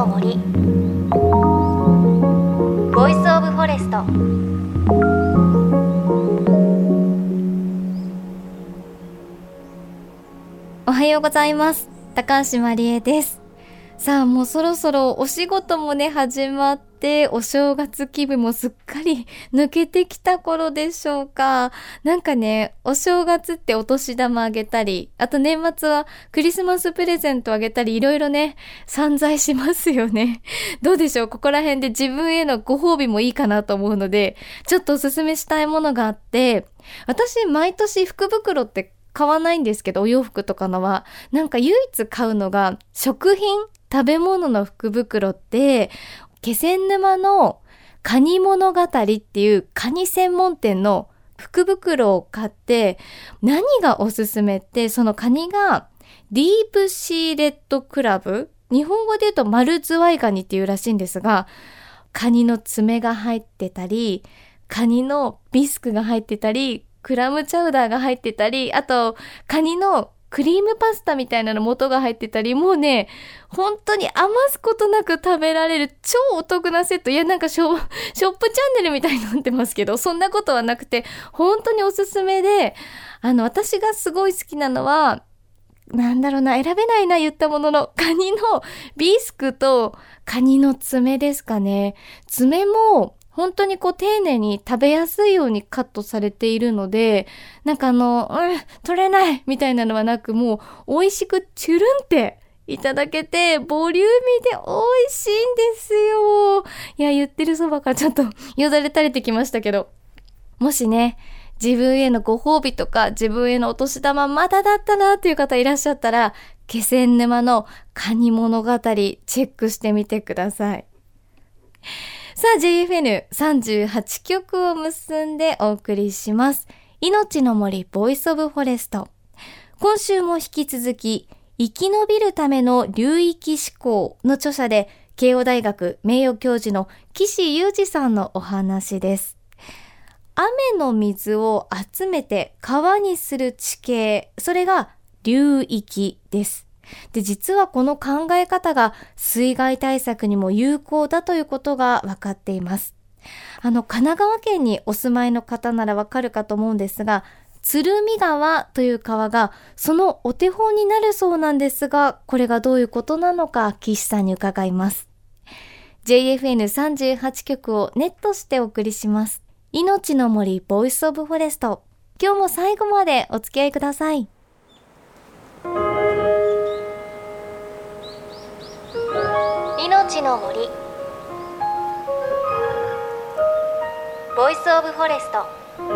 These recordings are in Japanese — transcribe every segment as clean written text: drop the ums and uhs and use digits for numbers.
の森ボイスオブフォレスト。おはようございます。高橋まりえです。さあもうそろそろお仕事もね始まってお正月気分もすっかり抜けてきた頃でしょうか。なんかねお正月ってお年玉あげたり、あと年末はクリスマスプレゼントあげたり、いろいろね散財しますよね。どうでしょう、ここら辺で自分へのご褒美もいいかなと思うので、ちょっとおすすめしたいものがあって、私毎年福袋って買わないんですけど、お洋服とかのはなんか唯一買うのが食品、食べ物の福袋って、気仙沼のカニ物語っていうカニ専門店の福袋を買って、何がおすすめって、そのカニがディープシーレッドクラブ、日本語で言うと丸ズワイガニっていうらしいんですが、カニの爪が入ってたり、カニのビスクが入ってたり、クラムチャウダーが入ってたり、あとカニのクリームパスタみたいなの素が入ってたり、もうね本当に余すことなく食べられる超お得なセット。いやなんかショップチャンネルみたいになってますけど、そんなことはなくて本当におすすめで、私がすごい好きなのはなんだろうな、選べないな言ったものの、カニのビスクとカニの爪ですかね。爪も本当に丁寧に食べやすいようにカットされているので、なんか取れないみたいなのはなく、もう美味しくチュルンっていただけて、ボリューミーで美味しいんですよ。いや、言ってるそばからちょっとよだれ垂れてきましたけど、もしね、自分へのご褒美とか、自分へのお年玉まだだったなっていう方いらっしゃったら、気仙沼のカニ物語チェックしてみてください。さあ JFN38 曲を結んでお送りします。命の森ボイスオブフォレスト。今週も引き続き生き延びるための流域思考の著者で慶応大学名誉教授の岸裕二さんのお話です。雨の水を集めて川にする地形、それが流域です。で、実はこの考え方が水害対策にも有効だということが分かっています。神奈川県にお住まいの方ならわかるかと思うんですが、鶴見川という川がそのお手本になるそうなんですが、これがどういうことなのか岸さんに伺います。 JFN38 局をネットしてお送りします。命の森ボイスオブフォレスト。今日も最後までお付き合いください。命の森ボイスオブフォレスト。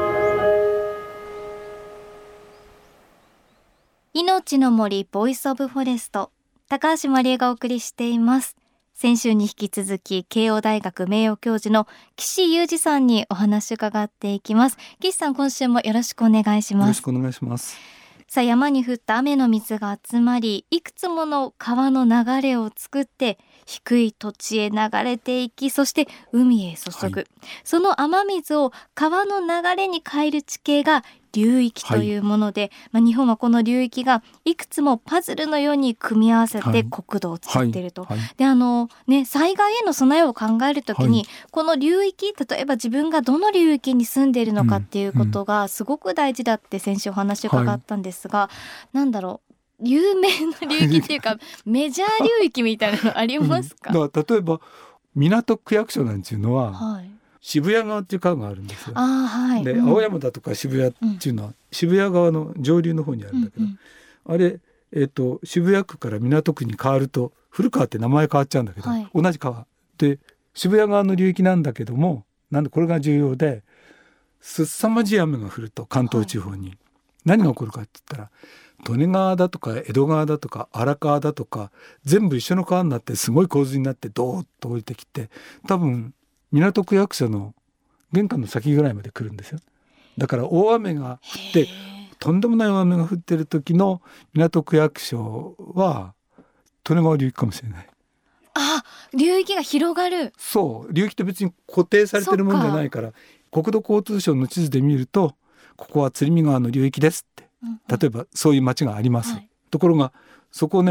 命の森ボイスオブフォレスト、高橋まりえがお送りしています。先週に引き続き慶応大学名誉教授の岸裕二さんにお話を伺っていきます。岸さん、今週もよろしくお願いします。 よろしくお願いします。 さあ、山に降った雨の水が集まり、いくつもの川の流れを作って低い土地へ流れていき、そして海へ注ぐ、その雨水を川の流れに変える地形が流域というもので、日本はこの流域がいくつもパズルのように組み合わせて国土を作っていると、で災害への備えを考えるときに、この流域、例えば自分がどの流域に住んでいるのかっていうことがすごく大事だって先週お話を伺ったんですが、なんだろう、有名な流域っていうかメジャー流域みたいなのありますか？ だから例えば港区役所なんていうのは、渋谷川っていう川があるんですよ。で、青山だとか渋谷っていうのは、渋谷川の上流の方にあるんだけど、あれ、渋谷区から港区に変わると古川って名前変わっちゃうんだけど、同じ川で渋谷川の流域なんだけども、なんでこれが重要で、凄まじい雨が降ると関東地方に何が起こるかって言ったら、利根川だとか江戸川だとか荒川だとか全部一緒の川になってすごい洪水になってドーッと降りてきて、多分港区役所の玄関の先ぐらいまで来るんですよ。だから大雨が降って、とんでもない大雨が降ってる時の港区役所は利根川流域かもしれない。 流域が広がる。 そう、流域って別に固定されてるもんじゃないから、国土交通省の地図で見ると、ここは鶴見川の流域ですって、例えばそういう町があります、ところがそこね、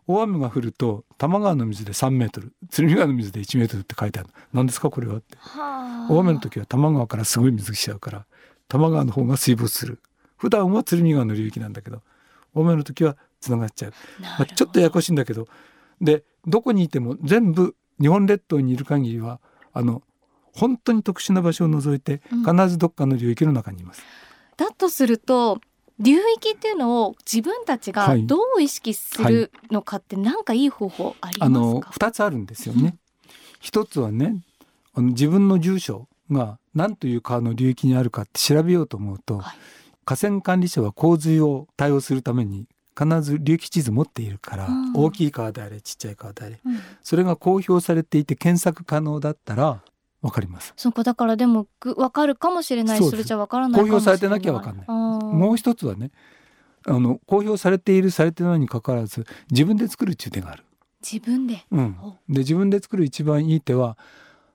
大雨が降ると多摩川の水で3メートル、鶴見川の水で1メートルって書いてある。何ですかこれはって。大雨の時は多摩川からすごい水来ちゃうから多摩川の方が水没する。普段は鶴見川の流域なんだけど大雨の時はつながっちゃう。ちょっとややこしいんだけど、でどこにいても全部日本列島にいる限りは本当に特殊な場所を除いて必ずどっかの流域の中にいます。 だとすると流域っていうのを自分たちがどう意識するのかって何かいい方法ありますか ？2つあるんですよね。一つはね、自分の住所が何という川の流域にあるかって調べようと思うと、河川管理者は洪水を対応するために必ず流域地図持っているから、大きい川であれちっちゃい川であれ、それが公表されていて検索可能だったら分かります。 そこだからでも分かるかもしれないし、それじゃ分からないかもしれない。 公表されてなきゃ分かんない。もう一つはね、公表されているされてないにかかわらず自分で作るっていう手がある。 自分で、 で自分で作る一番いい手は、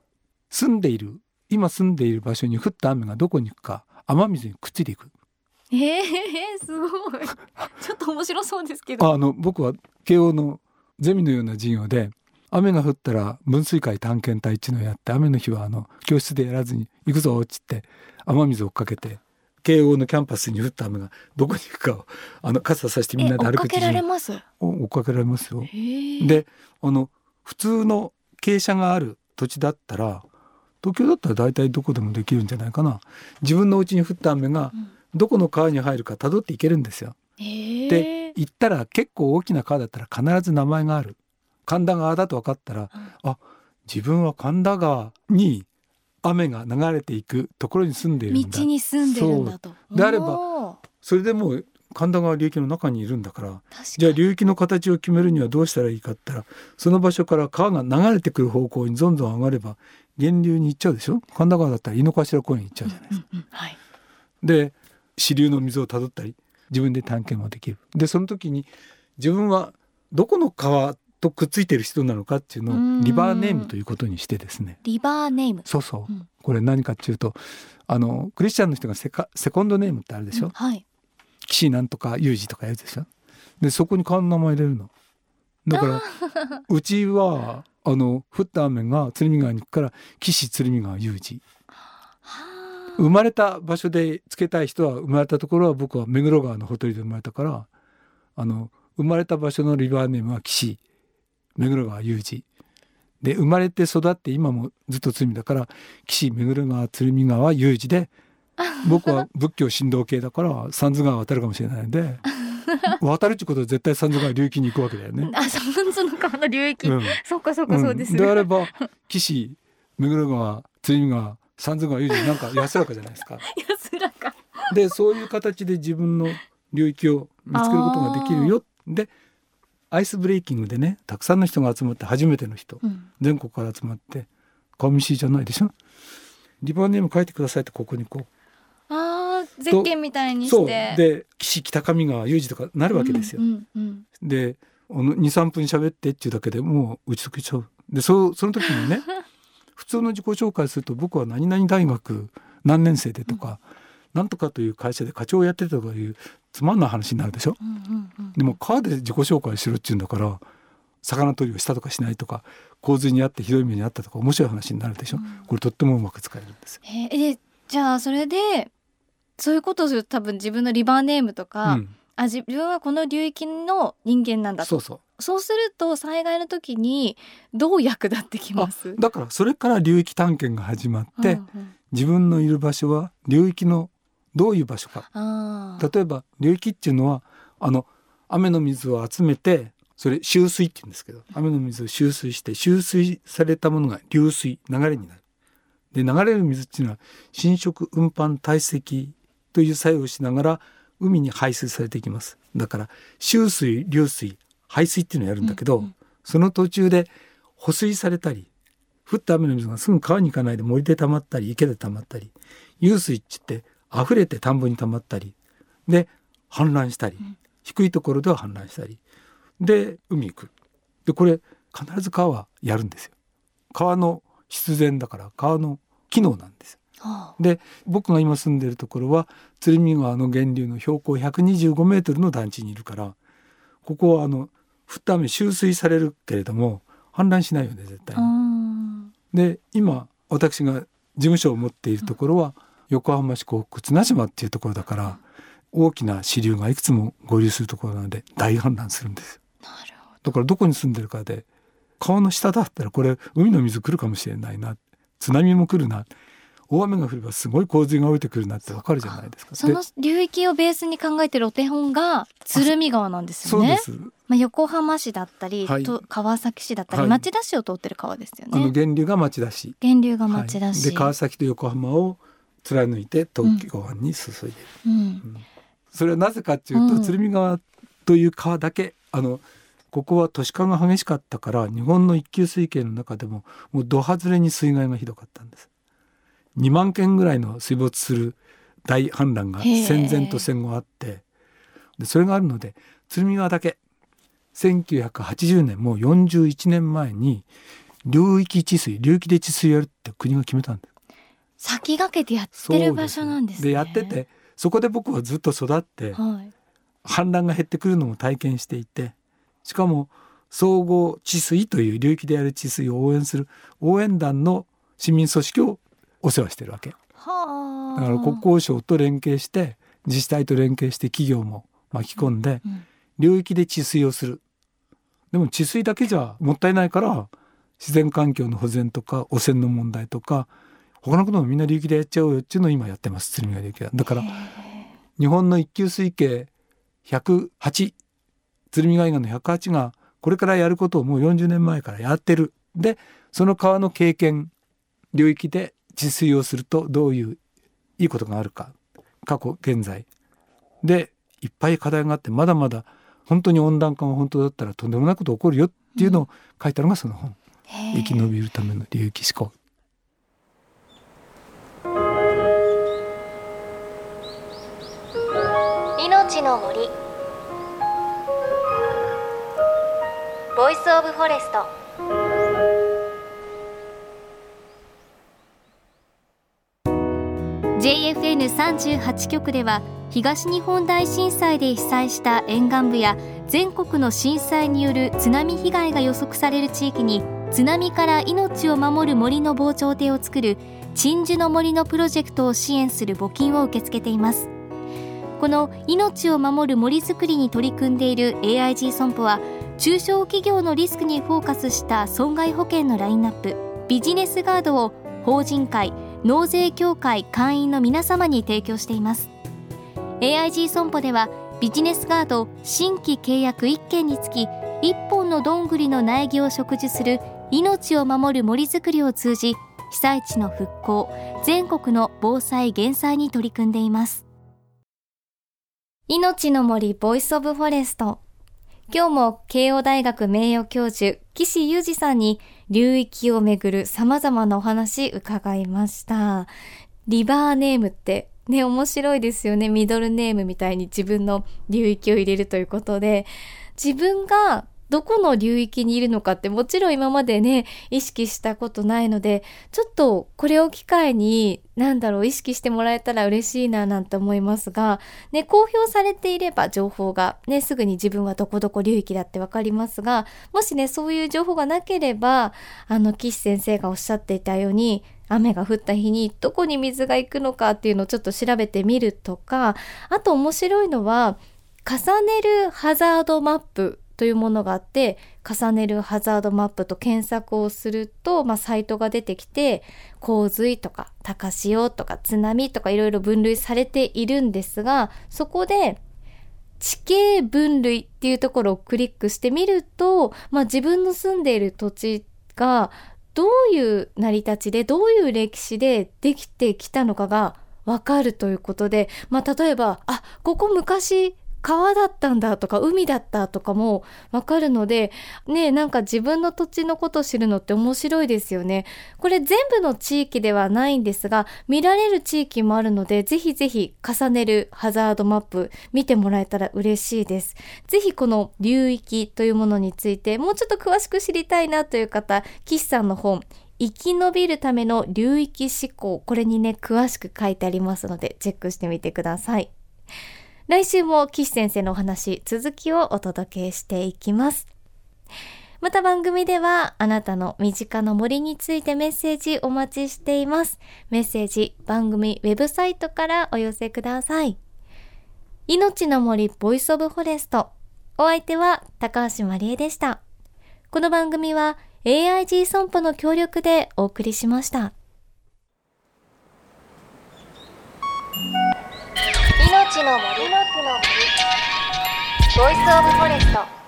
今住んでいる場所に降った雨がどこに行くか雨水にくっついていく。 すごいちょっと面白そうですけど、 僕は慶応のゼミのような授業で雨が降ったら分水会探検隊っていうのをやって、雨の日は教室でやらずに行くぞっつって雨水を追っかけて、慶応のキャンパスに降った雨がどこに行くかを傘さしてみんなで歩くっていう。追っかけられます？追っかけられますよ。で普通の傾斜がある土地だったら、東京だったら大体どこでもできるんじゃないかな。自分の家に降った雨がどこの川に入るか辿っていけるんですよ。で行ったら結構大きな川だったら必ず名前がある。神田川だと分かったら、自分は神田川に雨が流れていくところに住んでいるんだ、 道に住んでるんだと。 であればそれでもう神田川流域の中にいるんだから、じゃあ流域の形を決めるにはどうしたらいいかって言ったら、その場所から川が流れてくる方向にどんどん上がれば源流に行っちゃうでしょ。神田川だったら井の頭公園に行っちゃうじゃないですか。で支流の水をたどったり自分で探検もできる。でその時に自分はどこの川とくっついてる人なのかっていうのをリバーネームということにしてですね。 リバーネーム、 そう、これ何かっていうとクリスチャンの人がセコンドネームってあるでしょ、岸なんとか有事とかやるでしょ。でそこに川の名前入れるのだからうちは降った雨が鶴見川に行くから岸鶴見川有事。生まれた場所でつけたい人は、生まれたところは僕は目黒川のほとりで生まれたから、生まれた場所のリバーネームは岸目黒川有事で、生まれて育って今もずっと鶴見だから岸目黒川鶴見川有事で、僕は仏教神道系だから三途川渡るかもしれないので渡るってことは絶対三途川流域に行くわけだよね。 三途川の流域、そうかそうですね。 であれば岸目黒川鶴見川三途川有事なんか安らかじゃないですか安らかでそういう形で自分の流域を見つけることができるよ。でアイスブレイキングでね、たくさんの人が集まって、初めての人、全国から集まって顔見知りじゃないでしょ。リバーネーム書いてくださいってここにこうゼッケンみたいにして、 そうで岸北上川有事とかなるわけですよ。で 2,3 分喋ってっていうだけでもう打ち解けちゃう。でその時にね普通の自己紹介すると、僕は何々大学何年生でとか、なんとかという会社で課長をやってたとかいうつまんない話になるでしょ。でも川で自己紹介しろっていうんだから、魚取りをしたとかしないとか、洪水にあってひどい目にあったとか面白い話になるでしょ。これとってもうまく使えるんですよ。 じゃあそれでそういうことをすると、多分自分のリバーネームとか、自分はこの流域の人間なんだと。そうすると災害の時にどう役立ってきます？ だからそれから流域探検が始まって、自分のいる場所は流域のどういう場所か。例えば流域っていうのは雨の水を集めて、それ集水って言うんですけど、雨の水を集水して、集水されたものが流水、流れになる。で流れる水っていうのは浸食運搬堆積という作用をしながら海に排水されていきます。だから集水、流水、排水っていうのをやるんだけど、その途中で保水されたり、降った雨の水がすぐ川に行かないで森で溜まったり池で溜まったり、湧水って言って溢れて田んぼに溜まったりで氾濫したり、低いところでは氾濫したりで海行く。でこれ必ず川はやるんですよ。川の必然だから、川の機能なんですよ。で僕が今住んでるところは鶴見川の源流の標高125メートルの団地にいるから、ここは降った雨集水されるけれども氾濫しないよね絶対に。で今私が事務所を持っているところは横浜市港北綱島っていうところだから、大きな支流がいくつも合流するところなので大氾濫するんです。 なるほど。 だからどこに住んでるかで、川の下だったらこれ海の水来るかもしれないな、津波も来るな、大雨が降ればすごい洪水が降りてくるなってわかるじゃないですか。 その流域をベースに考えているお手本が鶴見川なんですよね。 そうです。 横浜市だったり、川崎市だったり、町田市を通ってる川ですよね。 源流が町田市。 源流が町田市。 で川崎と横浜を貫いて東京湾に注いでいる。それはなぜかっていうと、鶴見川という川だけここは都市化が激しかったから、日本の一級水系の中でももうど外れに水害がひどかったんです。2万件ぐらいの水没する大氾濫が戦前と戦後あって、でそれがあるので鶴見川だけ1980年もう41年前に流域で治水やるって国が決めたんです。 先駆けてやってる場所なんですね。 でやってて、そこで僕はずっと育って、氾濫が減ってくるのも体験していて、しかも総合治水という流域でやる治水を応援する応援団の市民組織をお世話してるわけ。だから国交省と連携して自治体と連携して企業も巻き込んで流域で治水をする。でも治水だけじゃもったいないから、自然環境の保全とか汚染の問題とか他のこともみんな流域でやっちゃおうよっていうのを今やってます。鶴見川流域だから日本の一級水系108、鶴見川以外の108がこれからやることをもう40年前からやってる。でその川の経験、流域で治水をするとどういういいことがあるか、過去現在でいっぱい課題があって、まだまだ本当に温暖化が本当だったらとんでもないこと起こるよっていうのを書いたのがその本、生き延びるための流域思考。 命の森、ボイスオブフォレスト。JFN38 局では東日本大震災で被災した沿岸部や全国の震災による津波被害が予測される地域に津波から命を守る森の防潮堤を作る鎮守の森のプロジェクトを支援する募金を受け付けています。この命を守る森づくりに取り組んでいる AIG 損保は、中小企業のリスクにフォーカスした損害保険のラインナップビジネスガードを法人会、納税協会会員の皆様に提供しています。 AIG 損保ではビジネスガード新規契約1件につき1本のどんぐりの苗木を植樹する命を守る森づくりを通じ、被災地の復興、全国の防災減災に取り組んでいます。命の森ボイスオブフォレスト、今日も慶応大学名誉教授岸裕二さんに流域をめぐる様々なお話伺いました。リバーネームってね、面白いですよね。ミドルネームみたいに自分の流域を入れるということで、自分がどこの流域にいるのかってもちろん今までね意識したことないので、ちょっとこれを機会に意識してもらえたら嬉しいななんて思いますがね、公表されていれば情報がねすぐに自分はどこどこ流域だってわかりますが、もしねそういう情報がなければ岸先生がおっしゃっていたように雨が降った日にどこに水が行くのかっていうのをちょっと調べてみるとか、あと面白いのは重ねるハザードマップというものがあって、重ねるハザードマップと検索をすると、サイトが出てきて洪水とか高潮とか津波とかいろいろ分類されているんですが、そこで地形分類っていうところをクリックしてみると、自分の住んでいる土地がどういう成り立ちでどういう歴史でできてきたのかがわかるということで、例えばここ昔川だったんだとか海だったとかもわかるのでね、自分の土地のことを知るのって面白いですよね。これ全部の地域ではないんですが見られる地域もあるので、ぜひぜひ重ねるハザードマップ見てもらえたら嬉しいです。ぜひこの流域というものについてもうちょっと詳しく知りたいなという方、岸さんの本生き延びるための流域思考、これにね詳しく書いてありますのでチェックしてみてください。来週も岸先生のお話続きをお届けしていきます。 また番組ではあなたの身近な森についてメッセージお待ちしています。メッセージ番組ウェブサイトからお寄せください。命の森ボイスオブフォレスト、お相手は高橋まりえでした。この番組は AIG 損保の協力でお送りしました。命の森ボイスオブフォレスト。